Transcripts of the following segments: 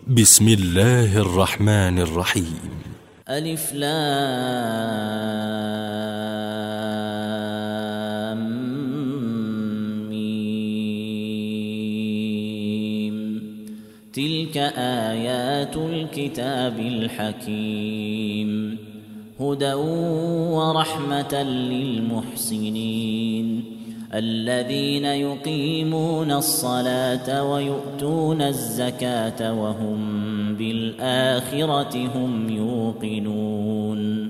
بسم الله الرحمن الرحيم. ألف لام ميم. تلك آيات الكتاب الحكيم، هدى ورحمة للمحسنين الذين يقيمون الصلاة ويؤتون الزكاة وهم بالآخرة هم يوقنون.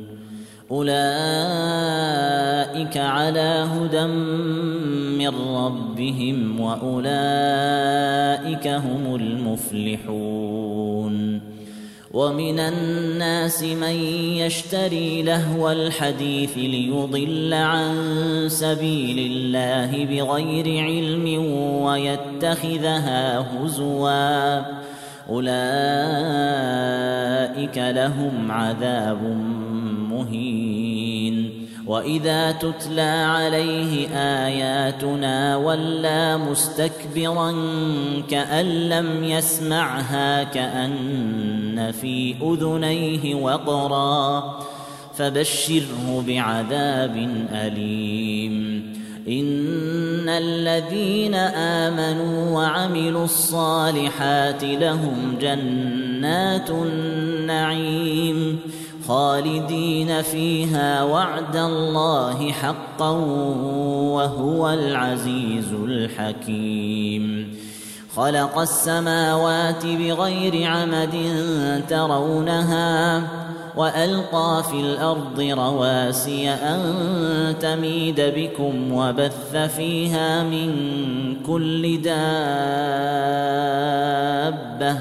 أولئك على هدى من ربهم وأولئك هم المفلحون. ومن الناس من يشتري لهو الحديث ليضل عن سبيل الله بغير علم ويتخذها هزوا، أولئك لهم عذاب مهين. وإذا تتلى عليه آياتنا ولى مستكبرا كأن لم يسمعها كأن في أذنيه وقرا، فبشره بعذاب أليم. إن الذين آمنوا وعملوا الصالحات لهم جنات النعيم خالدين فيها وعد الله حقا وهو العزيز الحكيم. خلق السماوات بغير عمد ترونها وألقى في الأرض رواسي أن تميد بكم وبث فيها من كل دابة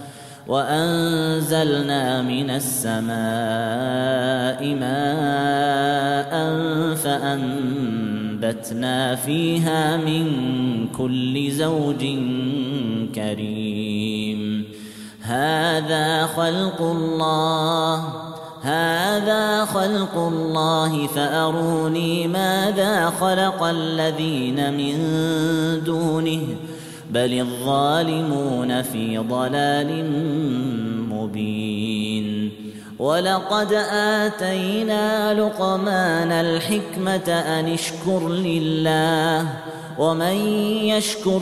وأنزلنا من السماء ماء فأنبتنا فيها من كل زوج كريم. هذا خلق الله فأروني ماذا خلق الذين من دونه بل الظالمون في ضلال مبين. ولقد آتينا لقمان الحكمة أن اشكر لله ومن يشكر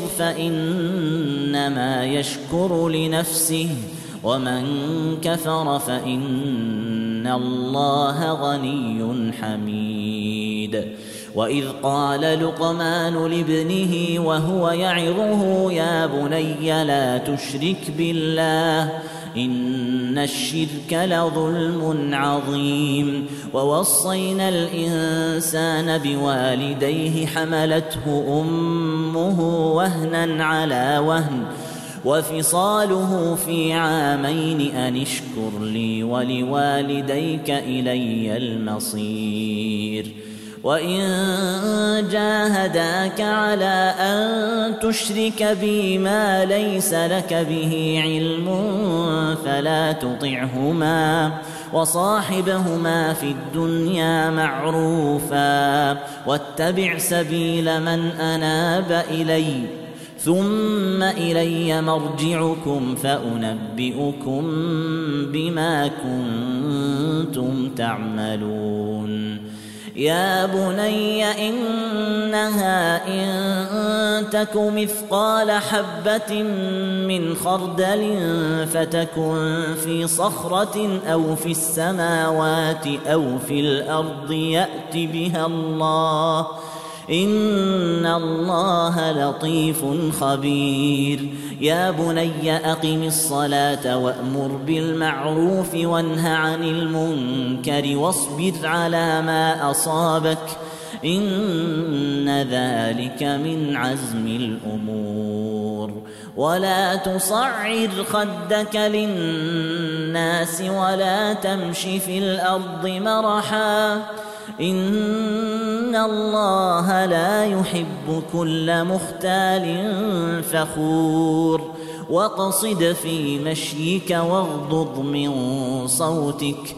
فإنما يشكر لنفسه ومن كفر فإن الله غني حميد. وإذ قال لقمان لابنه وهو يعظه يا بني لا تشرك بالله إن الشرك لظلم عظيم. ووصينا الإنسان بوالديه حملته أمه وهنا على وهن وفصاله في عامين أن اشكر لي ولوالديك إلي المصير. وإن جاهداك على أن تشرك بي ما ليس لك به علم فلا تطعهما وصاحبهما في الدنيا معروفا واتبع سبيل من أناب إلي ثم إلي مرجعكم فأنبئكم بما كنتم تعملون. يا بني إنها إن تك مثقال حبة من خردل فتكن في صخرة أو في السماوات أو في الأرض يأت بها الله إن الله لطيف خبير. يا بني أقم الصلاة وأمر بالمعروف وانه عن المنكر واصبر على ما أصابك إن ذلك من عزم الأمور. ولا تصعر خدك للناس ولا تمش في الأرض مرحا إن الله لا يحب كل مختال فخور. واقصد في مشيك واغضض من صوتك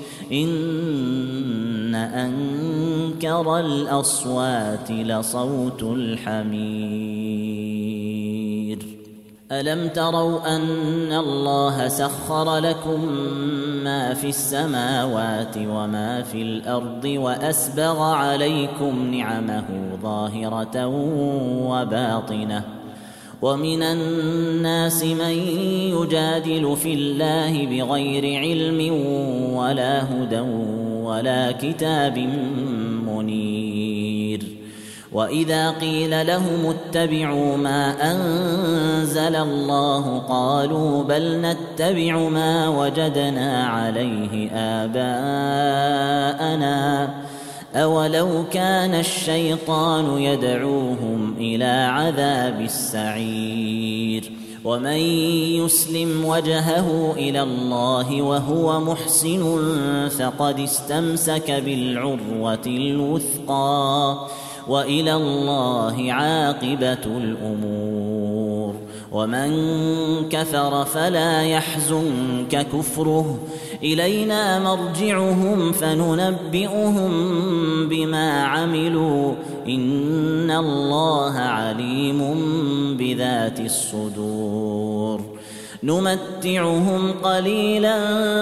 إن أنكر الأصوات لصوت الحمير. ألم تروا أن الله سخر لكم ما في السماوات وما في الأرض وأسبغ عليكم نعمه ظاهرة وباطنة ومن الناس من يجادل في الله بغير علم ولا هدى ولا كتاب منير وإذا قيل لهم اتبعوا ما أنزل الله قالوا بل نتبع ما وجدنا عليه آباءنا أولو كان الشيطان يدعوهم إلى عذاب السعير ومن يسلم وجهه إلى الله وهو محسن فقد استمسك بالعروة الوثقى وإلى الله عاقبة الأمور ومن كفر فلا يحزنك كفره إلينا مرجعهم فننبئهم بما عملوا إن الله عليم بذات الصدور نمتعهم قليلا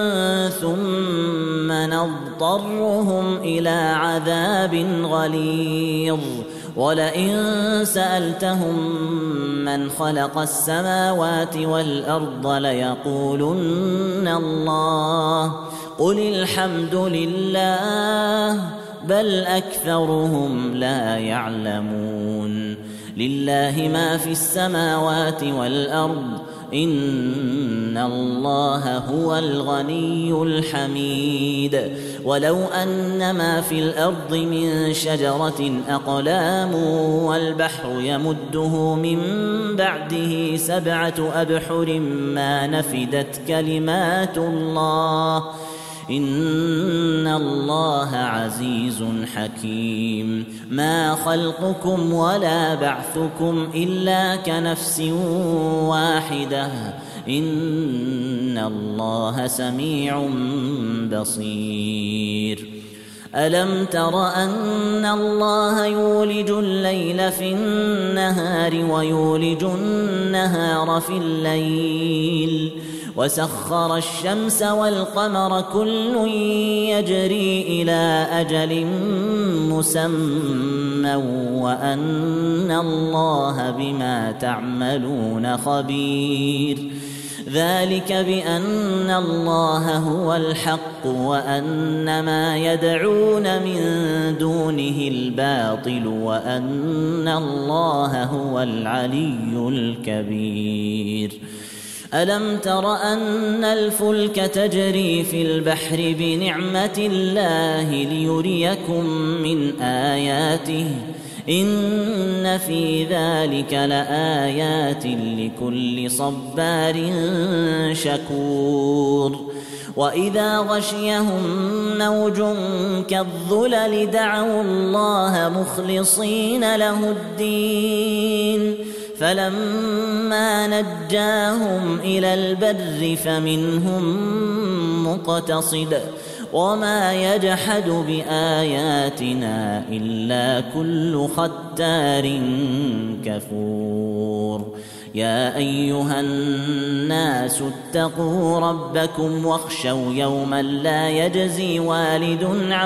ثم نضطرهم إلى عذاب غليظ ولئن سألتهم من خلق السماوات والأرض ليقولن الله قل الحمد لله بل أكثرهم لا يعلمون لله ما في السماوات والأرض إن الله هو الغني الحميد ولو أن ما في الأرض من شجرة أقلام والبحر يمده من بعده 7 أبحر ما نفدت كلمات الله إن الله عزيز حكيم ما خلقكم ولا بعثكم إلا كنفس واحدة إن الله سميع بصير ألم تر أن الله يولج الليل في النهار ويولج النهار في الليل وسخر الشمس والقمر كل يجري إلى أجل مسمى وأن الله بما تعملون خبير ذلك بأن الله هو الحق وأن ما يدعون من دونه الباطل وأن الله هو العلي الكبير ألم تر أن الفلك تجري في البحر بنعمة الله ليريكم من آياته إن في ذلك لآيات لكل صبار شكور وإذا غشيهم موج كالظلل دعوا الله مخلصين له الدين فلما نجاهم إلى البر فمنهم مقتصد وما يجحد بآياتنا إلا كل ختار كفور يا أيها الناس اتقوا ربكم واخشوا يوما لا يجزي والد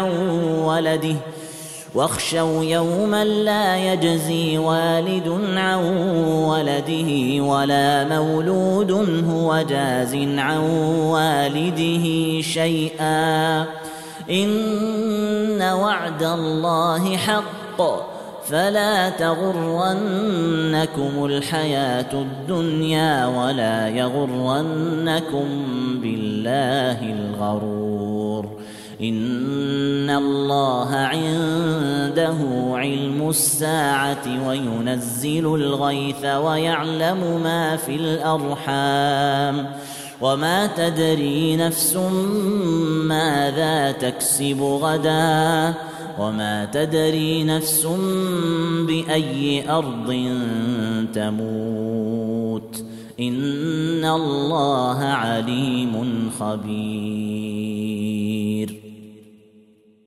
عن ولده ولا مولود هو جاز عن والده شيئا إن وعد الله حق فلا تغرنكم الحياة الدنيا ولا يغرنكم بالله الغرور إن الله عنده علم الساعة وينزل الغيث ويعلم ما في الأرحام وما تدري نفس ماذا تكسب غدا وما تدري نفس بأي أرض تموت إن الله عليم خبير